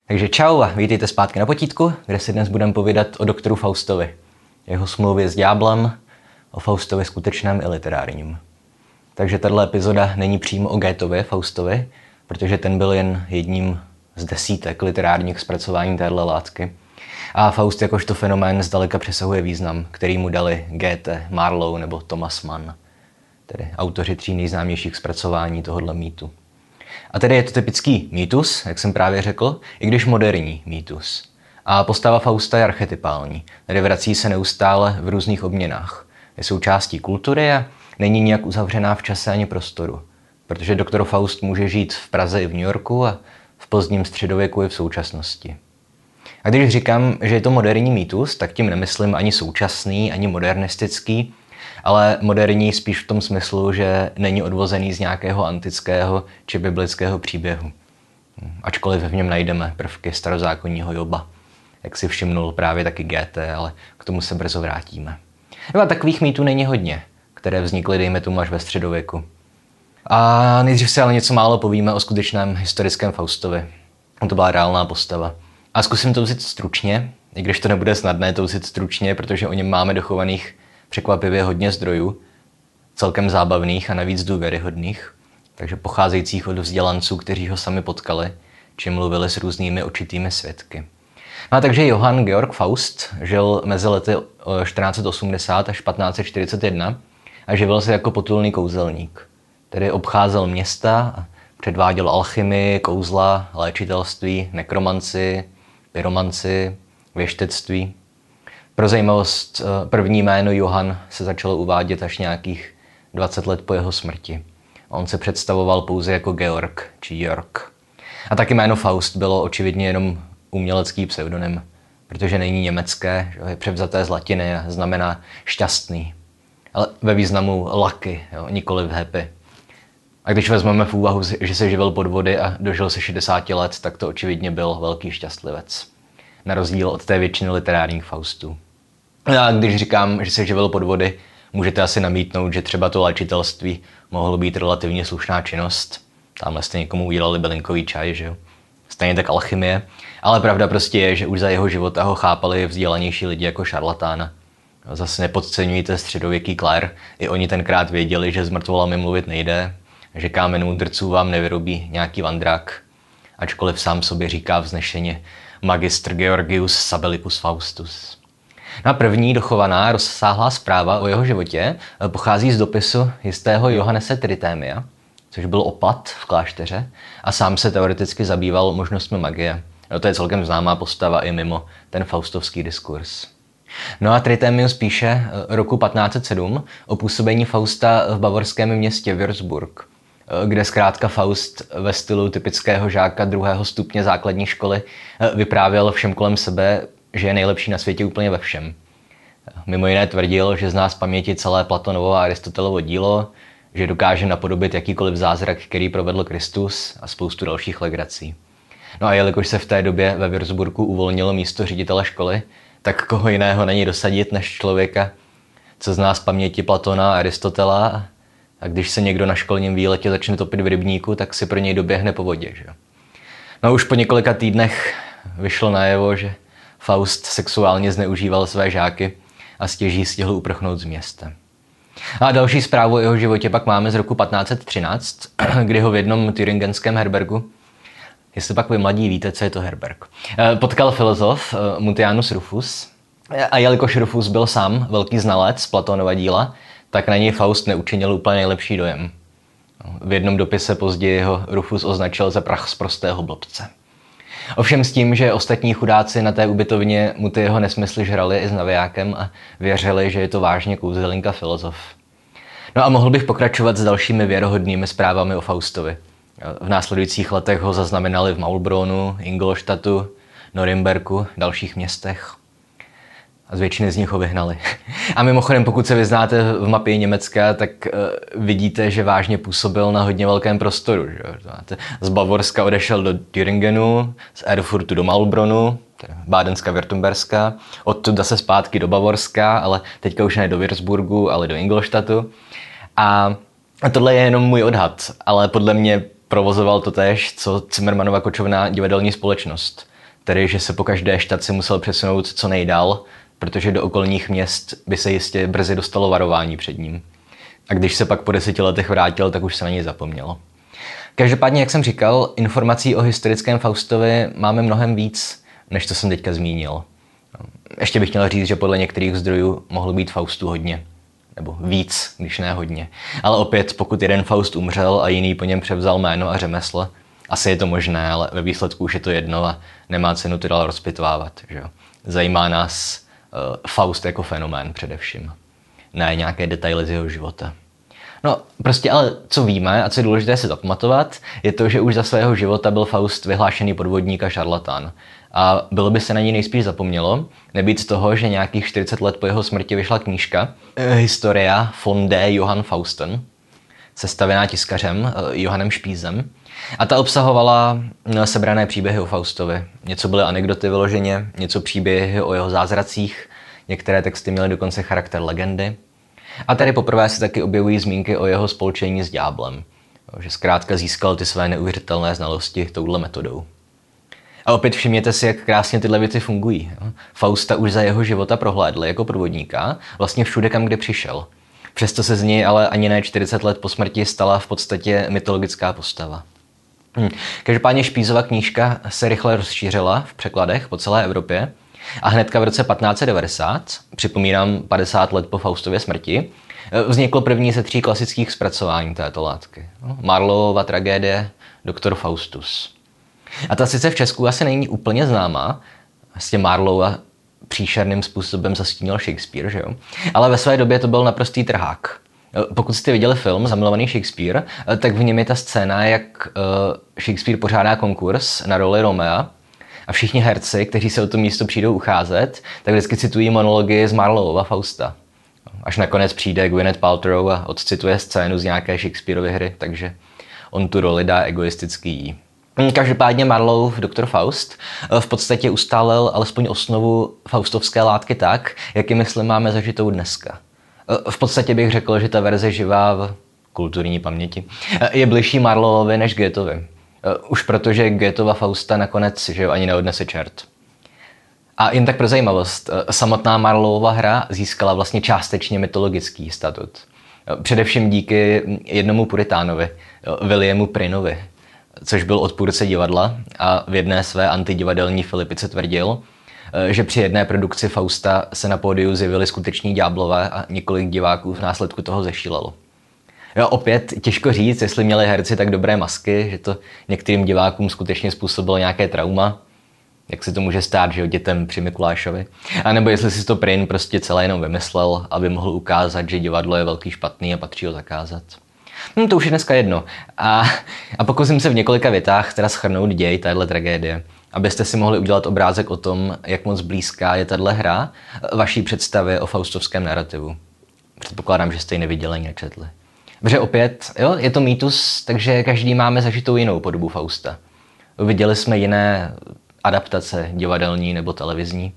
Takže čau a vítejte zpátky na potítku, kde si dnes budeme povídat o doktoru Faustovi, jeho smlouvě s ďáblem, o Faustovi skutečném i literárním. Takže tato epizoda není přímo o Goethevě Faustovi, protože ten byl jen jedním z desítek literárních zpracování téhle látky. A Faust jakožto fenomén zdaleka přesahuje význam, který mu dali Goethe, Marlowe nebo Thomas Mann, tedy autoři 3 nejznámějších zpracování tohoto mýtu. A tedy je to typický mýtus, jak jsem právě řekl, i když moderní mýtus. A postava Fausta je archetypální, tedy vrací se neustále v různých obměnách. Je součástí kultury a není nijak uzavřená v čase ani prostoru, protože doktor Faust může žít v Praze i v New Yorku a v pozdním středověku i v současnosti. A když říkám, že je to moderní mýtus, tak tím nemyslím ani současný, ani modernistický, ale moderní spíš v tom smyslu, že není odvozený z nějakého antického či biblického příběhu. Ačkoliv v něm najdeme prvky starozákonního Joba, jak si všimnul právě taky Goethe, ale k tomu se brzo vrátíme. A takových mýtů není hodně, které vznikly, dejme tomu, až ve středověku. A nejdřív si ale něco málo povíme o skutečném historickém Faustovi. To byla reálná postava. A zkusím to vzít stručně, i když to nebude snadné to vzít stručně, protože o něm máme dochovaných překvapivě hodně zdrojů, celkem zábavných a navíc důvěryhodných, takže pocházejících od vzdělanců, kteří ho sami potkali, či mluvili s různými očitými svědky. No a takže Johann Georg Faust žil mezi lety 1480 až 1541 a živil se jako potulný kouzelník. Tedy obcházel města a předváděl alchymii, kouzla, léčitelství, nekromanci, pyromanci, věštectví. Pro zajímavost, první jméno Johann se začalo uvádět až nějakých 20 let po jeho smrti. On se představoval pouze jako Georg či Jörg. A taky jméno Faust bylo očividně jenom umělecký pseudonym, protože není německé, je převzaté z latiny a znamená šťastný. Ale ve významu lucky, nikoliv happy. A když vezmeme v úvahu, že se živil pod vody a dožil se 60 let, tak to očividně byl velký šťastlivec. Na rozdíl od té většiny literárních Faustů. A když říkám, že se živil pod vody, můžete asi namítnout, že třeba to léčitelství mohlo být relativně slušná činnost. Tamhle jste někomu udělali bylinkový čaj, že jo? Stejně tak alchymie. Ale pravda prostě je, že už za jeho života ho chápali vzdělanější lidi jako šarlatána. Zase nepodceňujte středověký klér. I oni tenkrát věděli, že s mrtvolami mluvit nejde, že kámenů drců vám nevyrobí nějaký vandrák. Ačkoliv sám sobě říká vznešeně Magistr Georgius Sabellicus Faustus. Na první dochovaná rozsáhlá zpráva o jeho životě pochází z dopisu jistého Johannese Trithemia, což byl opat v klášteře a sám se teoreticky zabýval možnostmi magie. To je celkem známá postava i mimo ten faustovský diskurs. No a Trithemius píše roku 1507 o působení Fausta v bavorském městě Würzburg, kde zkrátka Faust ve stylu typického žáka 2. stupně základní školy vyprávěl všem kolem sebe, že je nejlepší na světě úplně ve všem. Mimo jiné tvrdil, že zná z paměti celé Platonovo a Aristotelovo dílo, že dokáže napodobit jakýkoliv zázrak, který provedl Kristus a spoustu dalších legrací. No a jelikož se v té době ve Würzburgu uvolnilo místo ředitele školy, tak koho jiného není dosadit než člověka, co zná z paměti Platona a Aristotela, a když se někdo na školním výletě začne topit v rybníku, tak si pro něj doběhne po vodě. Že? No už po několika týdnech vyšlo najevo, že Faust sexuálně zneužíval své žáky a stěží stihl uprchnout z města. A další zprávu o jeho životě pak máme z roku 1513, kdy ho v jednom thüringenském herbergu, jestli pak vy mladí víte, co je to herberg, potkal filozof Mutianus Rufus. A jelikož Rufus byl sám velký znalec Platonova díla, tak na něj Faust neučinil úplně nejlepší dojem. V jednom dopise později ho Rufus označil za prach z prostého blbce. Ovšem s tím, že ostatní chudáci na té ubytovně mu ty jeho nesmysly žrali i s navijákem a věřili, že je to vážně kouzelník a filozof. No a mohl bych pokračovat s dalšími věrohodnými zprávami o Faustovi. V následujících letech ho zaznamenali v Maulbronu, Ingolstadtu, Norimberku, dalších městech. A z většiny z nich ho vyhnali. A mimochodem, pokud se vyznáte v mapě Německa, tak vidíte, že vážně působil na hodně velkém prostoru. Že? Z Bavorska odešel do Thüringenu, z Erfurtu do Maulbronu, Bádenska, Württemberska, odtud zase zpátky do Bavorska, ale teďka už ne do Würzburgu, ale do Ingolstadtu. A tohle je jenom můj odhad, ale podle mě provozoval to též, co Cimrmanova kočovná divadelní společnost. tedy že se po každé štaci musel přesunout co nejdál, protože do okolních měst by se jistě brzy dostalo varování před ním. A když se pak po 10 letech vrátil, tak už se na něj zapomnělo. Každopádně, jak jsem říkal, informací o historickém Faustovi máme mnohem víc, než co jsem teďka zmínil. Ještě bych měl říct, že podle některých zdrojů mohlo být Faustů hodně. Nebo víc, když ne hodně. Ale opět, pokud jeden Faust umřel a jiný po něm převzal jméno a řemeslo, asi je to možné, ale ve výsledku už je to jedno a nemá cenu to dál rozpitvávat. Že? Zajímá nás Faust jako fenomén především. Ne nějaké detaily z jeho života. No, prostě ale co víme a co je důležité si zapamatovat, je to, že už za svého života byl Faust vyhlášený podvodník a šarlatán. A bylo by se na něj nejspíš zapomnělo, nebýt z toho, že nějakých 40 let po jeho smrti vyšla knížka Historia von D. Johann Fausten, sestavená tiskařem Johannem Špízem. A ta obsahovala sebrané příběhy o Faustovi. Něco byly anekdoty vyloženě, něco příběhy o jeho zázracích, některé texty měly dokonce charakter legendy. A tady poprvé se taky objevují zmínky o jeho spolčení s ďáblem, že zkrátka získal ty své neuvěřitelné znalosti touhle metodou. A opět všimněte si, jak krásně tyhle věci fungují. Fausta už za jeho života prohlédli jako podvodníka vlastně všude, kam kde přišel. Přesto se z něj ale ani ne 40 let po smrti stala v podstatě mytologická postava. Každopádně Špízova knížka se rychle rozšířila v překladech po celé Evropě a hnedka v roce 1590, připomínám 50 let po Faustově smrti, vzniklo první ze 3 klasických zpracování této látky. Marlowova tragédie Doktor Faustus. A ta sice v Česku asi není úplně známá, vlastně Marlowa příšerným způsobem zastínil Shakespeare, že jo? Ale ve své době to byl naprostý trhák. Pokud jste viděli film Zamilovaný Shakespeare, tak v něm je ta scéna, jak Shakespeare pořádá konkurs na roli Romea a všichni herci, kteří se o to místo přijdou ucházet, tak vždycky citují monology z Marlowova Fausta. Až nakonec přijde Gwyneth Paltrow a odcituje scénu z nějaké Shakespeareovy hry, takže on tu roli dá egoisticky jí. Každopádně Marlowův Doktor Faust v podstatě ustálil alespoň osnovu faustovské látky tak, jak ji myslím máme zažitou dneska. V podstatě bych řekl, že ta verze živá v kulturní paměti je bližší Marlowovi než Goetheovi. Už protože Goethova Fausta nakonec že jo, ani neodnese čert. A jen tak pro zajímavost, samotná Marlowova hra získala vlastně částečně mytologický statut. Především díky jednomu puritánovi, Williamu Prynneovi, což byl odpůrce divadla a v jedné své antidivadelní filipice tvrdil, že při jedné produkci Fausta se na pódiu zjevili skuteční ďáblové a několik diváků v následku toho zešílelo. Jo, opět těžko říct, jestli měli herci tak dobré masky, že to některým divákům skutečně způsobilo nějaké trauma, jak se to může stát, že jo, dětem při Mikulášovi. A nebo jestli si to Prynne prostě celé jenom vymyslel, aby mohl ukázat, že divadlo je velký špatný a patří ho zakázat. To už je dneska jedno. A pokusím se v několika větách teda shrnout děj téhle tragédie, abyste si mohli udělat obrázek o tom, jak moc blízká je tahle hra vaší představě o faustovském narrativu. Předpokládám, že jste ji neviděli ani nečetli. Protože opět, jo, je to mýtus, takže každý máme zažitou jinou podobu Fausta. Viděli jsme jiné adaptace divadelní nebo televizní.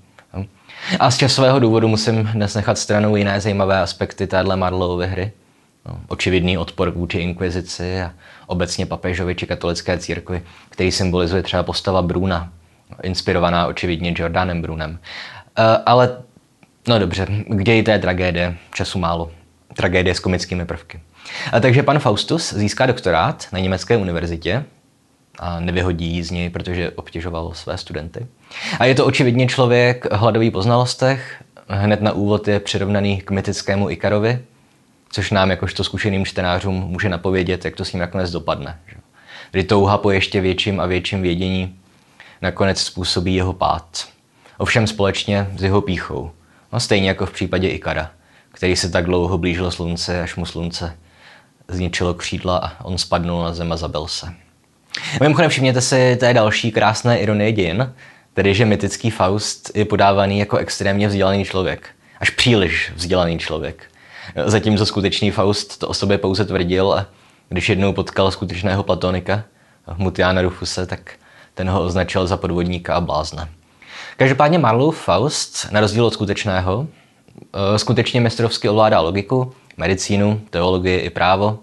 A z časového důvodu musím dnes nechat stranou jiné zajímavé aspekty téhle Marlowovy hry. Očividný odpor vůči inkvizici a obecně papežovi či katolické církvi, který symbolizuje třeba postava Bruna, inspirovaná očividně Jordanem Brunem. Ale, no dobře, k ději té tragédie, času málo. Tragédie s komickými prvky. Takže pan Faustus získá doktorát na německé univerzitě a nevyhodí z něj, protože obtěžoval své studenty. A je to očividně člověk hladový po znalostech, hned na úvod je přirovnaný k mytickému Ikarovi, což nám jakožto zkušeným čtenářům může napovědět, jak to s ním nakonec dopadne. Kdy touha po ještě větším a větším vědění nakonec způsobí jeho pád. Ovšem společně s jeho pýchou. No, stejně jako v případě Ikara, který se tak dlouho blížil slunce, až mu slunce zničilo křídla a on spadnul na zem a zabil se. Mimochodem všimněte si té další krásné ironie dějin, tedy že mytický Faust je podávaný jako extrémně vzdělaný člověk. Až příliš vzdělaný člověk. Zatímco skutečný Faust to o sobě pouze tvrdil a když jednou potkal skutečného platonika, Mutiana Rufuse, tak ten ho označil za podvodníka a blázna. Každopádně Marlowův Faust, na rozdíl od skutečně mistrovsky ovládá logiku, medicínu, teologii i právo,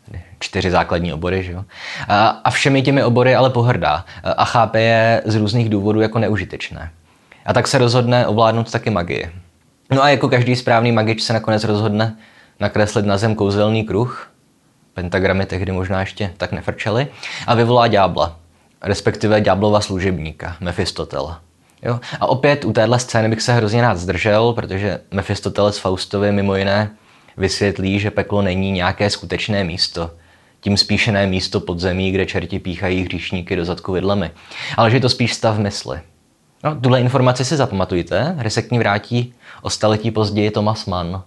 4 základní obory, že jo? A všemi těmi obory ale pohrdá a chápe je z různých důvodů jako neužitečné. A tak se rozhodne ovládnout taky magii. No a jako každý správný magič se nakonec rozhodne nakreslit na zem kouzelný kruh, pentagramy tehdy možná ještě tak nefrčely, a vyvolá ďábla, respektive ďáblova služebníka, Mefistotela. Jo? A opět u téhle scény bych se hrozně rád zdržel, protože Mefistoteles Faustovi mimo jiné vysvětlí, že peklo není nějaké skutečné místo, tím spíše ne místo podzemí, kde čerti píchají hříšníky do zadku vidlemi, ale že je to spíš stav mysli. No, tuhle informaci si zapamatujte, hry se k ní vrátí o staletí později Thomas Mann.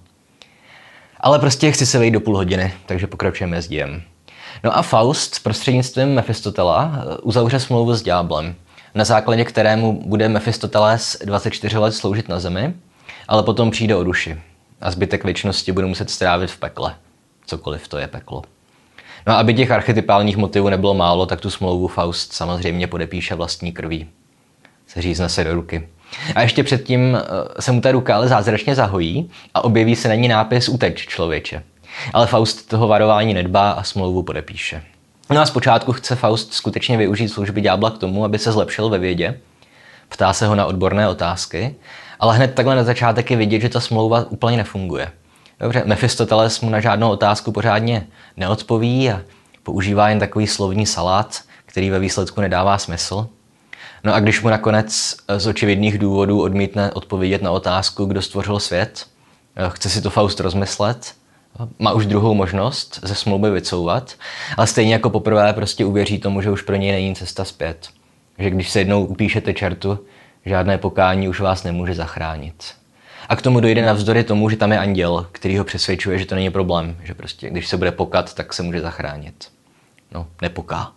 Ale prostě chci se vejít do půl hodiny, takže pokračujeme s dějem. No a Faust prostřednictvím Mefistotela uzavře smlouvu s ďáblem, na základě kterému bude Mefistoteles 24 let sloužit na zemi, ale potom přijde o duši a zbytek věčnosti bude muset strávit v pekle. Cokoliv to je peklo. No a aby těch archetypálních motivů nebylo málo, tak tu smlouvu Faust samozřejmě podepíše vlastní krví. Seřízne se do ruky. A ještě předtím se mu ta ruka ale zázračně zahojí a objeví se na ní nápis Uteč, člověče. Ale Faust toho varování nedbá a smlouvu podepíše. No a zpočátku chce Faust skutečně využít služby ďábla k tomu, aby se zlepšil ve vědě. Ptá se ho na odborné otázky, ale hned takhle na začátek je vidět, že ta smlouva úplně nefunguje. Dobře, Mefistoteles mu na žádnou otázku pořádně neodpoví a používá jen takový slovní salát, který ve výsledku nedává smysl. No a když mu nakonec z očividných důvodů odmítne odpovědět na otázku, kdo stvořil svět, chce si to Faust rozmyslet, má už druhou možnost ze smlouvy vycouvat, ale stejně jako poprvé prostě uvěří tomu, že už pro něj není cesta zpět. Že když se jednou upíšete čertu, žádné pokání už vás nemůže zachránit. A k tomu dojde navzdory tomu, že tam je anděl, který ho přesvědčuje, že to není problém, že prostě když se bude pokat, tak se může zachránit. No, nepoká.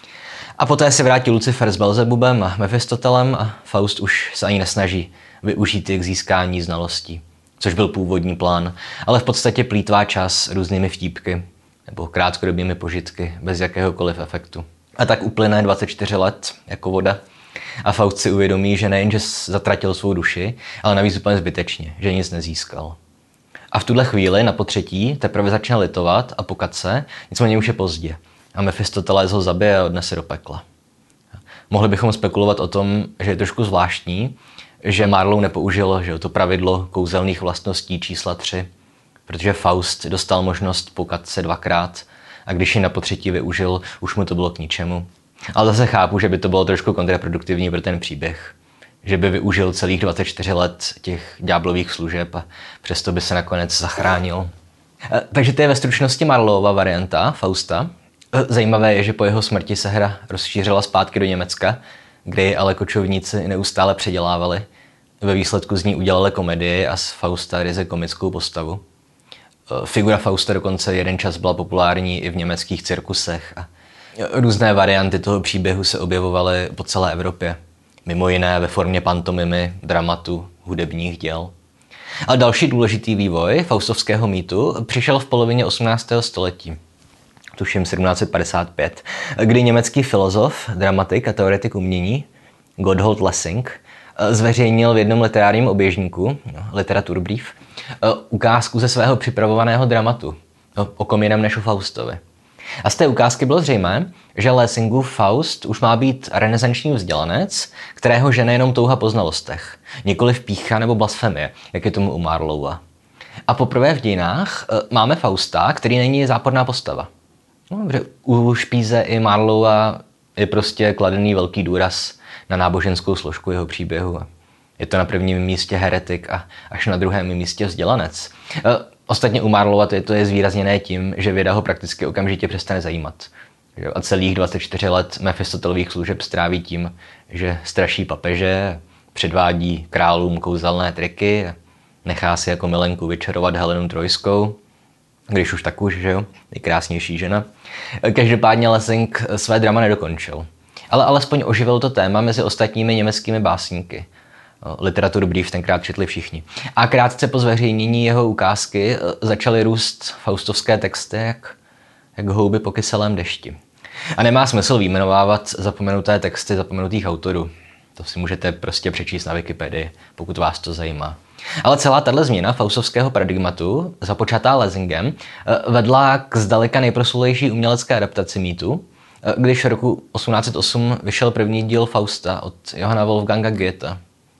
A poté se vrátí Lucifer s Belzebubem a Mefistotelem a Faust už se ani nesnaží využít je k získání znalostí, což byl původní plán, ale v podstatě plýtvá čas různými vtípky nebo krátkodobými požitky bez jakéhokoliv efektu. A tak uplyne 24 let jako voda a Faust si uvědomí, že nejenže zatratil svou duši, ale navíc úplně zbytečně, že nic nezískal. A v tuhle chvíli na potřetí teprve začne litovat a pokat se, nicméně už je pozdě. A Mefistoteles ho zabije a odnese do pekla. Mohli bychom spekulovat o tom, že je trošku zvláštní, že Marlowe nepoužil to pravidlo kouzelných vlastností čísla 3, protože Faust dostal možnost pokat se 2krát a když ji na potřetí využil, už mu to bylo k ničemu. Ale zase chápu, že by to bylo trošku kontraproduktivní pro ten příběh. Že by využil celých 24 let těch ďáblových služeb a přesto by se nakonec zachránil. Takže to je ve stručnosti Marloweva varianta Fausta. Zajímavé je, že po jeho smrti se hra rozšířila zpátky do Německa, kde ji ale kočovníci neustále předělávali. Ve výsledku z ní udělali komedii a z Fausta ryze komickou postavu. Figura Fausta dokonce jeden čas byla populární i v německých cirkusech a různé varianty toho příběhu se objevovaly po celé Evropě. Mimo jiné ve formě pantomimy, dramatu, hudebních děl. A další důležitý vývoj faustovského mýtu přišel v polovině 18. století. Tuším 1755, kdy německý filozof, dramatik a teoretik umění Gotthold Lessing zveřejnil v jednom literárním oběžníku, Literaturbrief, ukázku ze svého připravovaného dramatu, o kom jiném než o Faustovi. A z té ukázky bylo zřejmé, že Lessingův Faust už má být renesanční vzdělanec, kterého žene jenom touha po znalostech, nikoliv pýcha nebo blasfemie, jak je tomu u Marlowa. A poprvé v dějinách máme Fausta, který není záporná postava. No, u Špíze i Marlowa je prostě kladený velký důraz na náboženskou složku jeho příběhu. Je to na prvním místě heretik a až na druhém místě vzdělanec. Ostatně u Marlowa to je zvýrazněné tím, že věda ho prakticky okamžitě přestane zajímat. A celých 24 let Mefistotelových služeb stráví tím, že straší papeže, předvádí králům kouzelné triky, nechá si jako milenku vyčarovat Helenu Trojskou, když už tak už, že jo, nejkrásnější žena. Každopádně Lessing své drama nedokončil, ale alespoň oživil to téma mezi ostatními německými básníky. Literaturbrief tenkrát četli všichni. A krátce po zveřejnění jeho ukázky začaly růst faustovské texty jak houby po kyselém dešti. A nemá smysl vyjmenovávat zapomenuté texty zapomenutých autorů. To si můžete prostě přečíst na Wikipedii, pokud vás to zajímá. Ale celá tato změna faustovského paradigmatu, započatá Lessingem, vedla k zdaleka nejproslulejší umělecké adaptaci mýtu, když roku 1808 vyšel první díl Fausta od Johanna Wolfganga Goethe.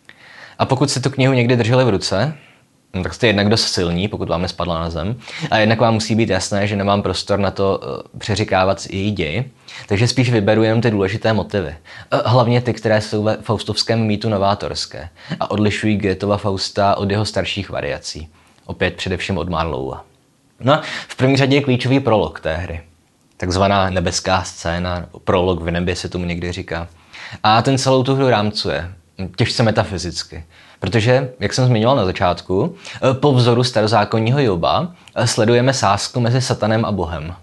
A pokud si tu knihu někdy drželi v ruce, tak jste jednak dost silní, pokud vám nespadla na zem, a jednak vám musí být jasné, že nemám prostor na to přeříkávat její děj, takže spíš vyberu jenom ty důležité motivy. Hlavně ty, které jsou ve faustovském mýtu novátorské a odlišují Goethova Fausta od jeho starších variací. Opět především od Marlowa. No a v první řadě je klíčový prolog té hry. Takzvaná nebeská scéna, prolog v nebi se tomu někdy říká. A ten celou tu hru rámcuje, těžce metafyzicky. Protože, jak jsem zmiňoval na začátku, po vzoru starozákonního Joba sledujeme sázku mezi Satanem a Bohem.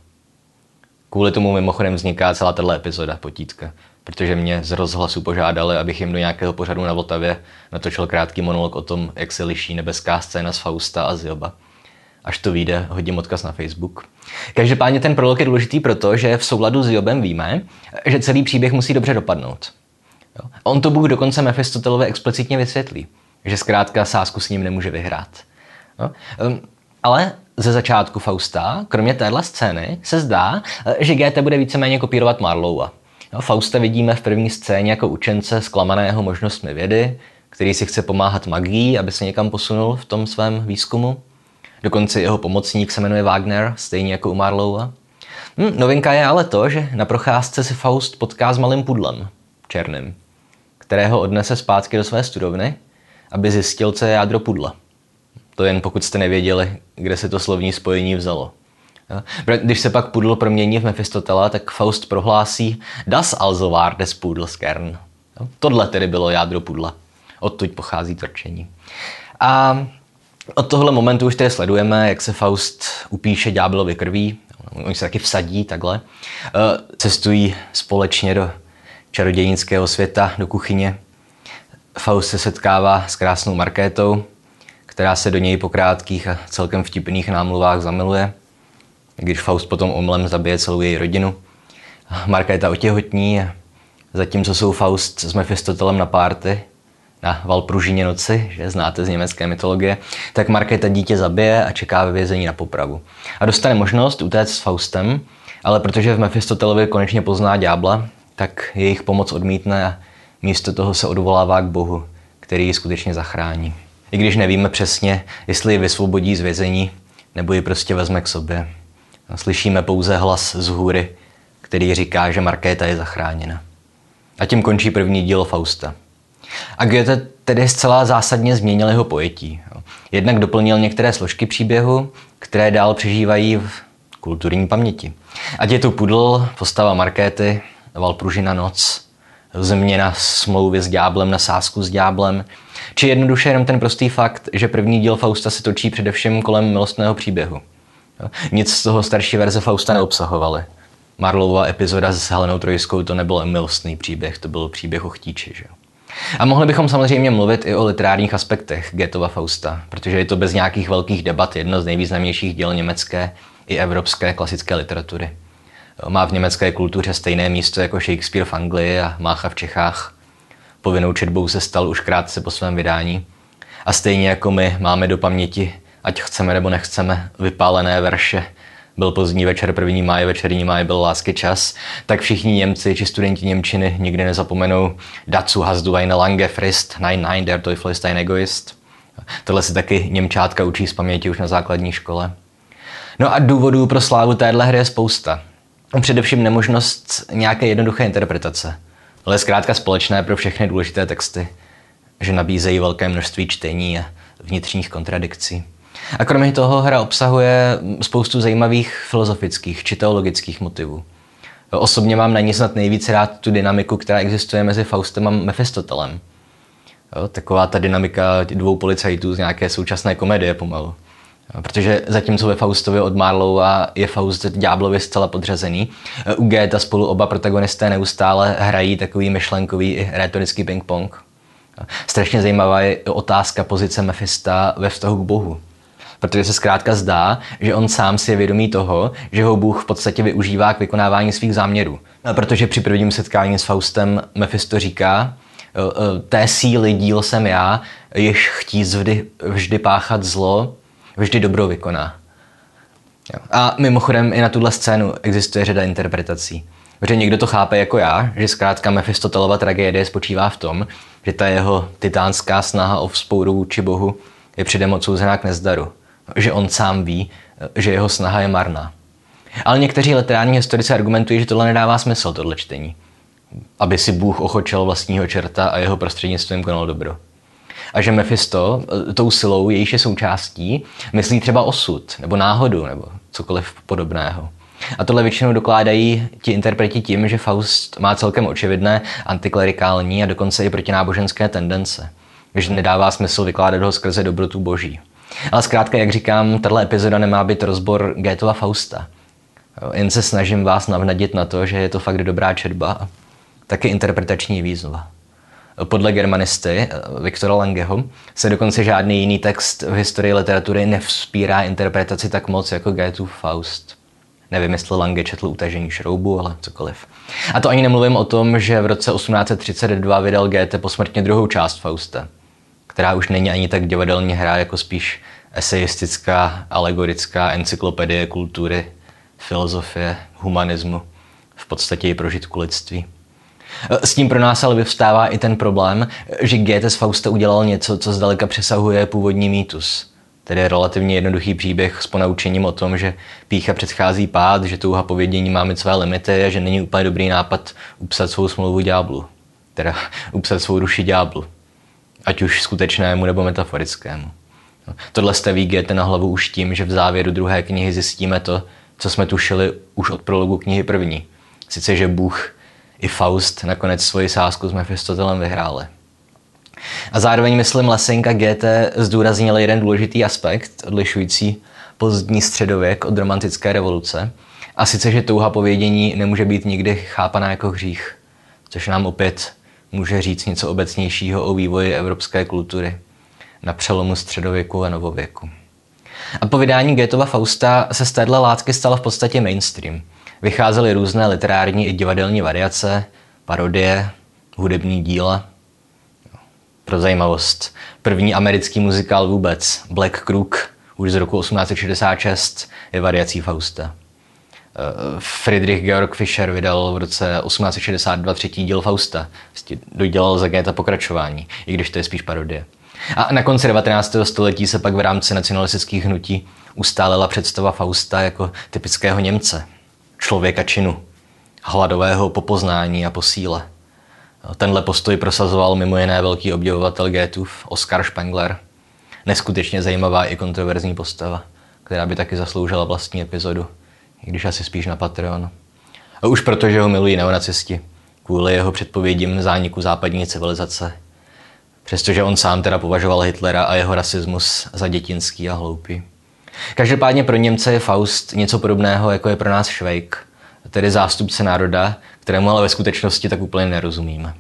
Kvůli tomu mimochodem vzniká celá tato epizoda Potítka, protože mě z rozhlasu požádali, abych jim do nějakého pořadu na Vltavě natočil krátký monolog o tom, jak se liší nebeská scéna z Fausta a z Joba. Až to vyjde, hodím odkaz na Facebook. Každopádně ten prolog je důležitý proto, že v souladu s Jobem víme, že celý příběh musí dobře dopadnout. On to Bůh dokonce Mefistotelovi explicitně vysvětlí, že zkrátka sázku s ním nemůže vyhrát. No, ale ze začátku Fausta, kromě téhle scény, se zdá, že Goethe bude víceméně kopírovat Marlowa. No, Fausta vidíme v první scéně jako učence zklamaného možnostmi vědy, který si chce pomáhat magií, aby se někam posunul v tom svém výzkumu. Dokonce jeho pomocník se jmenuje Wagner, stejně jako u Marlowa. Novinka je ale to, že na procházce se Faust potká s malým pudlem, černým, kterého odnese zpátky do své studovny, aby zjistil, co je jádro pudla. To jen pokud jste nevěděli, kde se to slovní spojení vzalo. Když se pak pudl promění v Mefistotela, tak Faust prohlásí Das also war des Pudels Kern. Tohle tedy bylo jádro pudla. Odtud pochází trčení. A od tohle momentu už tedy sledujeme, jak se Faust upíše ďáblovi krví. Oni se taky vsadí takhle. Cestují společně do čarodějnického světa, do kuchyně. Faust se setkává s krásnou Markétou, která se do něj po krátkých a celkem vtipných námluvách zamiluje, když Faust potom omylem zabije celou její rodinu. Markéta otěhotní a zatímco jsou Faust s Mefistotelem na párty, na Valpružině noci, že znáte z německé mytologie, tak Markéta dítě zabije a čeká ve vězení na popravu. A dostane možnost utéct s Faustem, ale protože v Mefistotelovi konečně pozná ďábla, tak jejich pomoc odmítne a místo toho se odvolává k Bohu, který ji skutečně zachrání. I když nevíme přesně, jestli ji vysvobodí z vězení, nebo ji prostě vezme k sobě. Slyšíme pouze hlas z hůry, který říká, že Markéta je zachráněna. A tím končí první dílo Fausta. A Goethe tedy zcela zásadně změnil jeho pojetí. Jednak doplnil některé složky příběhu, které dál přežívají v kulturní paměti. Ať je to pudl, postava Markéty, Valpružina noc, změna smlouvy s ďáblem na sázku s ďáblem, či jednoduše jenom ten prostý fakt, že první díl Fausta se točí především kolem milostného příběhu. Nic z toho starší verze Fausta neobsahovaly. Marlowova epizoda s Helenou Trojskou to nebyl milostný příběh, to byl příběh o chtíči. Že? A mohli bychom samozřejmě mluvit i o literárních aspektech Goethova Fausta, protože je to bez nějakých velkých debat jedno z nejvýznamnějších děl německé i evropské klasické literatury. Má v německé kultuře stejné místo jako Shakespeare v Anglii a Mácha v Čechách. Povinnou četbou se stal už krátce po svém vydání. A stejně jako my máme do paměti, ať chceme nebo nechceme, vypálené verše Byl pozdní večer 1. máje, večerní máj byl lásky čas, tak všichni Němci či studenti němčiny nikdy nezapomenou Dazu hast du eine lange Frist, nein, nein, der Teufel ist ein Egoist. Tohle si taky Němčátka učí z paměti už na základní škole. No a důvodů pro slávu téhle hry je spousta. Především nemožnost nějaké jednoduché interpretace. Ale je zkrátka společné pro všechny důležité texty, že nabízejí velké množství čtení a vnitřních kontradikcí. A kromě toho hra obsahuje spoustu zajímavých filozofických či teologických motivů. Osobně mám na ní snad nejvíc rád tu dynamiku, která existuje mezi Faustem a Mefistotelem. Taková ta dynamika dvou policajtů z nějaké současné komedie pomalu. Protože zatímco ve Faustovi od Marlowa je Faust ďáblovi zcela podřazený, u Goethe spolu oba protagonisté neustále hrají takový myšlenkový i rétorický ping-pong. Strašně zajímavá je otázka pozice Mefista ve vztahu k Bohu. Protože se zkrátka zdá, že on sám si je vědomý toho, že ho Bůh v podstatě využívá k vykonávání svých záměrů. Protože při prvním setkání s Faustem Mefisto říká, té síly díl jsem já, jež chtít vždy páchat zlo, vždy dobro vykoná. A mimochodem i na tuhle scénu existuje řada interpretací. Protože někdo to chápe jako já, že zkrátka Mefistotelova tragédie spočívá v tom, že ta jeho titánská snaha o vzpouru vůči Bohu je předem odsouzená k nezdaru. Že on sám ví, že jeho snaha je marná. Ale někteří literární historici argumentují, že tohle nedává smysl, tohle čtení. Aby si Bůh ochočil vlastního čerta a jeho prostřednictvím konal dobro. A že Mefisto tou silou, jejíž je součástí, myslí třeba osud, nebo náhodu, nebo cokoliv podobného. A tohle většinou dokládají ti interpreti tím, že Faust má celkem očividné antiklerikální a dokonce i protináboženské tendence. Že nedává smysl vykládat ho skrze dobrotu boží. Ale zkrátka, jak říkám, tato epizoda nemá být rozbor Goethova Fausta. Jen se snažím vás navnadit na to, že je to fakt dobrá četba a taky interpretační výzva. Podle germanisty Viktora Langeho se dokonce žádný jiný text v historii literatury nevzpírá interpretaci tak moc jako Goethův Faust. Nevím, jestli Lange četl Utažení šroubu, ale cokoliv. A to ani nemluvím o tom, že v roce 1832 vydal Goethe posmrtně druhou část Fausta, která už není ani tak divadelní hra, jako spíš esejistická, alegorická encyklopedie kultury, filozofie, humanismu, v podstatě i prožitku lidství. S tím pro nás ale vyvstává i ten problém, že Goethe z Fausta udělal něco, co zdaleka přesahuje původní mýtus. Tedy relativně jednoduchý příběh s ponaučením o tom, že pýcha předchází pád, že touha po vědění má mít své limity a že není úplně dobrý nápad upsat svou smlouvu ďáblu. Teda upsat svou duši ďáblu. Ať už skutečnému nebo metaforickému. Tohle staví Goethe na hlavu už tím, že v závěru druhé knihy zjistíme to, co jsme tušili už od prologu knihy první. Sice, že Bůh i Faust nakonec svoji sázku s Mefistotelem vyhráli. A zároveň, myslím, Lessing a Goethe zdůraznili jeden důležitý aspekt, odlišující pozdní středověk od romantické revoluce, a sice, že touha po vědění nemůže být nikdy chápaná jako hřích, což nám opět může říct něco obecnějšího o vývoji evropské kultury na přelomu středověku a novověku. A po vydání Goethova Fausta se z téhle látky stala v podstatě mainstream. Vycházely různé literární i divadelní variace, parodie, hudební díla. Pro zajímavost, první americký muzikál vůbec, Black Crook, už z roku 1866, je variací Fausta. Friedrich Georg Fischer vydal v roce 1862 třetí díl Fausta. Dodělal za Goethe pokračování, i když to je spíš parodie. A na konci 19. století se pak v rámci nacionalistických hnutí ustálila představa Fausta jako typického Němce, člověka činu, hladového po poznání a po síle. Tenhle postoj prosazoval mimo jiné velký obdivovatel Goethův Oskar Spengler. Neskutečně zajímavá i kontroverzní postava, která by taky zasloužila vlastní epizodu, i když asi spíš na Patreon. A už protože ho milují neonacisti, kvůli jeho předpovědím zániku západní civilizace. Přestože on sám teda považoval Hitlera a jeho rasismus za dětinský a hloupý. Každopádně pro Němce je Faust něco podobného, jako je pro nás Švejk, tedy zástupce národa, kterému ale ve skutečnosti tak úplně nerozumíme.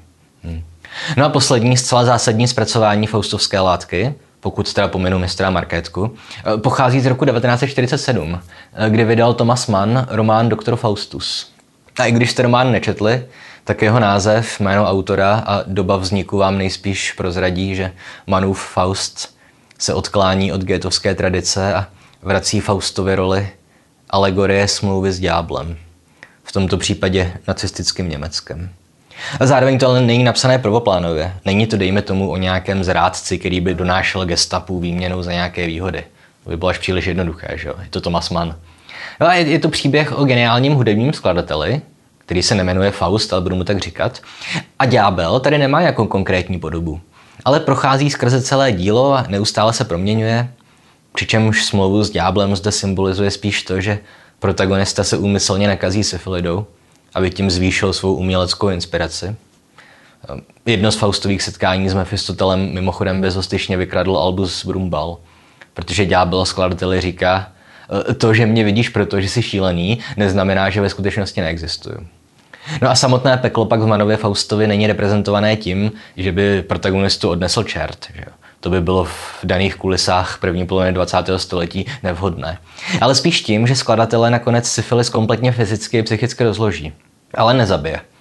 No a poslední zcela zásadní zpracování faustovské látky, pokud teda pominu mistra Markétku, pochází z roku 1947, kdy vydal Thomas Mann román Doktor Faustus. A i když jste román nečetli, tak jeho název, jméno autora a doba vzniku vám nejspíš prozradí, že Mannův Faust se odklání od goethovské tradice a vrací Faustovi roli alegorie smlouvy s ďáblem. V tomto případě nacistickým Německem. A zároveň to ale není napsané prvoplánově. Není to, dejme tomu, o nějakém zrádci, který by donášel gestapu výměnou za nějaké výhody. To by bylo až příliš jednoduché, že jo? Je to Thomas Mann. No a je to příběh o geniálním hudebním skladateli, který se nemenuje Faust, ale budu mu tak říkat. A ďábel tady nemá jako konkrétní podobu, ale prochází skrze celé dílo a neustále se proměňuje, přičemž smlouvu s ďáblem zde symbolizuje spíš to, že protagonista se úmyslně nakazí syfilidou, aby tím zvýšil svou uměleckou inspiraci. Jedno z Faustových setkání s Mefistotelem mimochodem bezostyšně vykradl Albus Brumbal, protože ďábel skladateli říká, to, že mě vidíš proto, že jsi šílený, neznamená, že ve skutečnosti neexistuju. No a samotné peklo pak v Mannově Faustovi není reprezentované tím, že by protagonistu odnesl čert. Že? To by bylo v daných kulisách první poloviny 20. století nevhodné. Ale spíš tím, že skladatelé nakonec syfilis kompletně fyzicky a psychicky rozloží. Ale nezabije.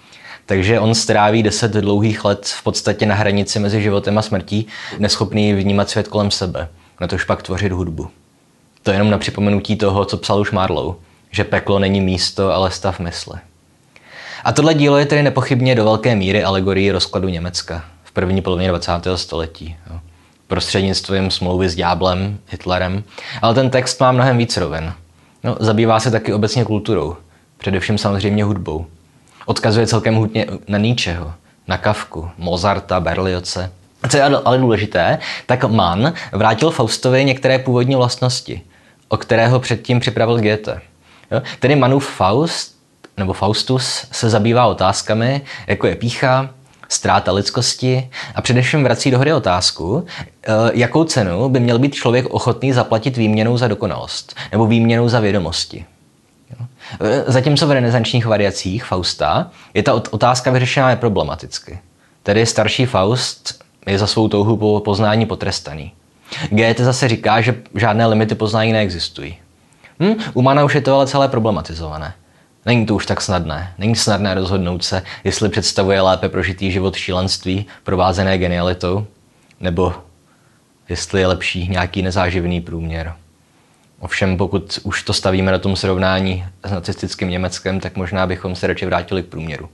Takže on stráví 10 dlouhých let v podstatě na hranici mezi životem a smrtí, neschopný vnímat svět kolem sebe, natož pak tvořit hudbu. To je jenom na připomenutí toho, co psal už Marlowe, že peklo není místo, ale stav mysli. A tohle dílo je tedy nepochybně do velké míry alegorií rozkladu Německa v první polovině 20. století. Prostřednictvím smlouvy s ďáblem, Hitlerem, ale ten text má mnohem víc rovin. Zabývá se taky obecně kulturou, především samozřejmě hudbou. Odkazuje celkem hudně na Nietzscheho, na Kafku, Mozarta, Berlioze. Co je ale důležité, tak Mann vrátil Faustovi některé původní vlastnosti, o kterého předtím připravil Goethe. Tedy Mannův Faust, nebo Faustus, se zabývá otázkami, jako je pýcha, ztráta lidskosti a především vrací do hry otázku, jakou cenu by měl být člověk ochotný zaplatit výměnou za dokonalost nebo výměnou za vědomosti. Zatímco v renesančních variacích Fausta je ta otázka vyřešená neproblematicky. Tedy starší Faust je za svou touhu po poznání potrestaný. Goethe zase říká, že žádné limity poznání neexistují. U Manna už je to ale celé problematizované. Není to už tak snadné. Není snadné rozhodnout se, jestli představuje lépe prožitý život šílenství, provázené genialitou, nebo jestli je lepší nějaký nezáživný průměr. Ovšem, pokud už to stavíme na tom srovnání s nacistickým Německem, tak možná bychom se radši vrátili k průměru.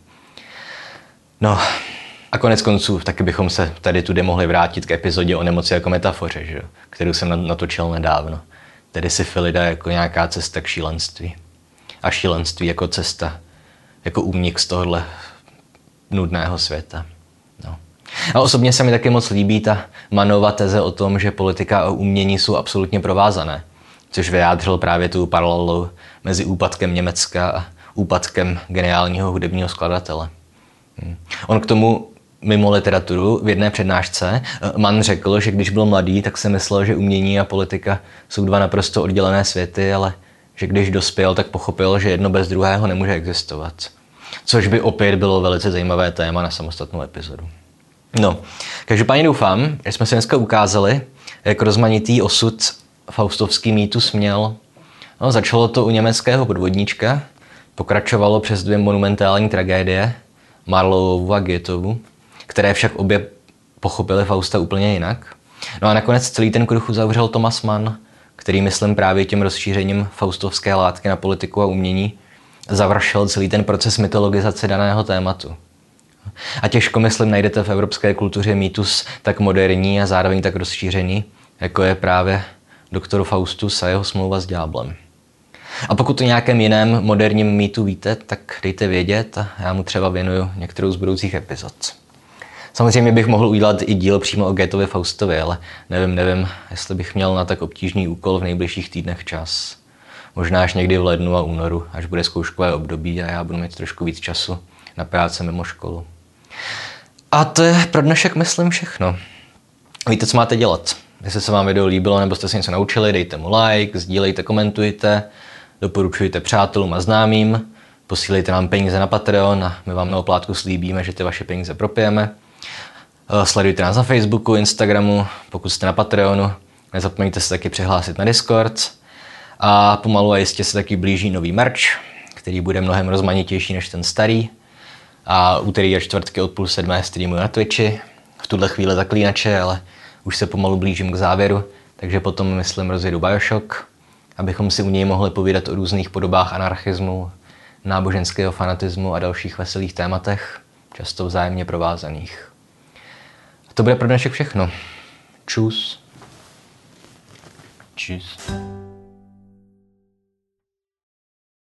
No, a konec konců taky bychom se tady tudy mohli vrátit k epizodě o nemoci jako metafoře, že? Kterou jsem natočil nedávno. Tedy syfilida jako nějaká cesta k šílenství. A šílenství jako cesta, jako únik z tohohle nudného světa. No. A osobně se mi taky moc líbí ta Mannova teze o tom, že politika a umění jsou absolutně provázané, což vyjádřil právě tu paralelu mezi úpadkem Německa a úpadkem geniálního hudebního skladatele. On k tomu mimo literaturu v jedné přednášce Mann řekl, že když byl mladý, tak si myslel, že umění a politika jsou dva naprosto oddělené světy, ale že když dospěl, tak pochopil, že jedno bez druhého nemůže existovat. Což by opět bylo velice zajímavé téma na samostatnou epizodu. No, každopádně doufám, že jsme si dneska ukázali, jak rozmanitý osud faustovský mýtus měl. No, začalo to u německého podvodníčka, pokračovalo přes 2 monumentální tragédie, Marloweovu a Goetheovu, které však obě pochopili Fausta úplně jinak. No a nakonec celý ten kruh uzavřel Thomas Mann, který, myslím, právě tím rozšířením faustovské látky na politiku a umění završil celý ten proces mytologizace daného tématu. A těžko, myslím, najdete v evropské kultuře mýtus tak moderní a zároveň tak rozšířený, jako je právě doktor Faustus a jeho smlouva s ďáblem. A pokud o nějakém jiném moderním mýtu víte, tak dejte vědět a já mu třeba věnuju některou z budoucích epizod. Samozřejmě bych mohl udělat i díl přímo o Goetheovi Faustovi, ale nevím, jestli bych měl na tak obtížný úkol v nejbližších týdnech čas. Možná až někdy v lednu a únoru, až bude zkouškové období a já budu mít trošku víc času na práci mimo školu. A to je pro dnešek, myslím, všechno. Víte, co máte dělat. Jestli se vám video líbilo nebo jste se něco naučili, dejte mu like, sdílejte, komentujte, doporučujte přátelům a známým, posílejte nám peníze na Patreon a my vám na oplátku slíbíme, že ty vaše peníze propijeme. Sledujte nás na Facebooku, Instagramu, pokud jste na Patreonu. Nezapomeňte se taky přihlásit na Discord. A pomalu a jistě se taky blíží nový merch, který bude mnohem rozmanitější než ten starý. A úterý a čtvrtky od 6:30 streamuju na Twitchi. V tuhle chvíli Zaklínače, ale už se pomalu blížím k závěru, takže potom, myslím, rozjedu Bioshock, abychom si u něj mohli povídat o různých podobách anarchismu, náboženského fanatismu a dalších veselých tématech, často vzájemně provázaných. A to bude pro dnešek všechno. Čus. Tschüss.